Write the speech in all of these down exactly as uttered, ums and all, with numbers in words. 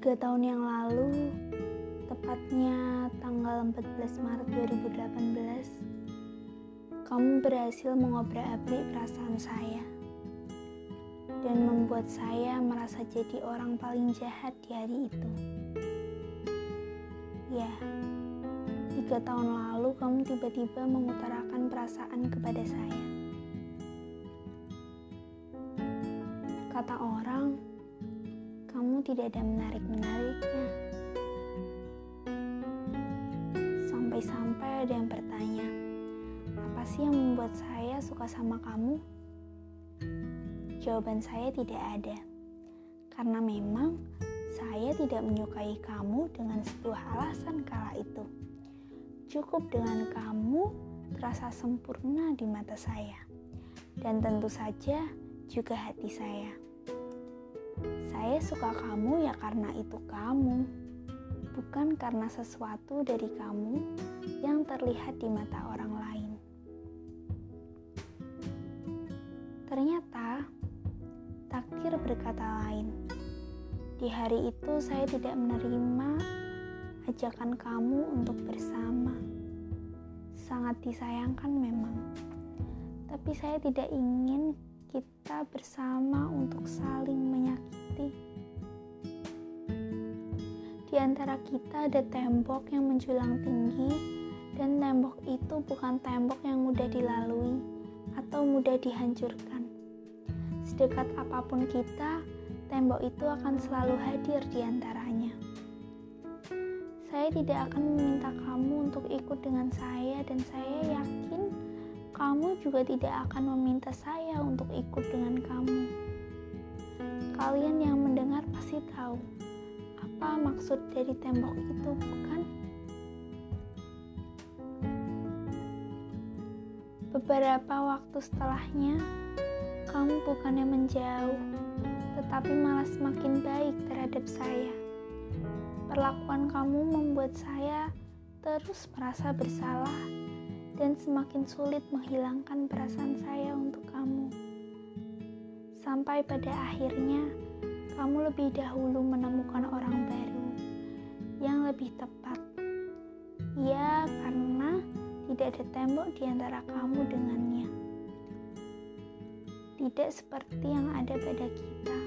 Tiga tahun yang lalu, tepatnya tanggal empat belas Maret dua ribu delapan belas, kamu berhasil mengobrak-abrik perasaan saya dan membuat saya merasa jadi orang paling jahat di hari itu. Ya, tiga tahun lalu kamu tiba-tiba mengutarakan perasaan kepada saya. Kata orang, kamu tidak ada menarik-menariknya. Sampai-sampai ada yang bertanya, apa sih yang membuat saya suka sama kamu? Jawaban saya tidak ada, karena memang saya tidak menyukai kamu dengan sebuah alasan kala itu. Cukup dengan kamu terasa sempurna di mata saya, dan tentu saja juga hati saya. Saya suka kamu ya karena itu kamu, bukan karena sesuatu dari kamu yang terlihat di mata orang lain. Ternyata, takdir berkata lain. Di hari itu saya tidak menerima ajakan kamu untuk bersama. Sangat disayangkan memang, tapi saya tidak ingin kita bersama untuk saling menyakiti. Di antara kita ada tembok yang menjulang tinggi, dan tembok itu bukan tembok yang mudah dilalui atau mudah dihancurkan. Sedekat apapun kita, tembok itu akan selalu hadir di antaranya. Saya tidak akan meminta kamu untuk ikut dengan saya, dan saya yakin kamu juga tidak akan meminta saya untuk ikut dengan kamu. Kalian yang mendengar pasti tahu apa maksud dari tembok itu, bukan? Beberapa waktu setelahnya, kamu bukannya menjauh, tetapi malah semakin baik terhadap saya. Perlakuan kamu membuat saya terus merasa bersalah dan semakin sulit menghilangkan perasaan saya untuk kamu. Sampai pada akhirnya, kamu lebih dahulu menemukan orang baru yang lebih tepat. Ya, karena tidak ada tembok di antara kamu dengannya. Tidak seperti yang ada pada kita.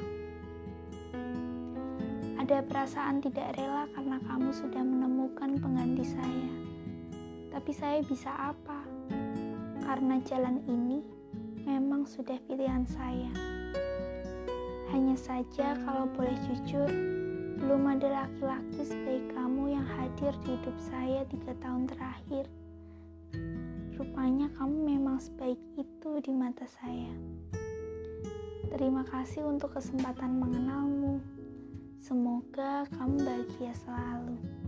Ada perasaan tidak rela karena kamu sudah menemukan pengganti saya. Tapi saya bisa apa? Karena jalan ini memang sudah pilihan saya. Hanya saja kalau boleh jujur, belum ada laki-laki sebaik kamu yang hadir di hidup saya tiga tahun terakhir. Rupanya kamu memang sebaik itu di mata saya. Terima kasih untuk kesempatan mengenalmu. Semoga kamu bahagia selalu.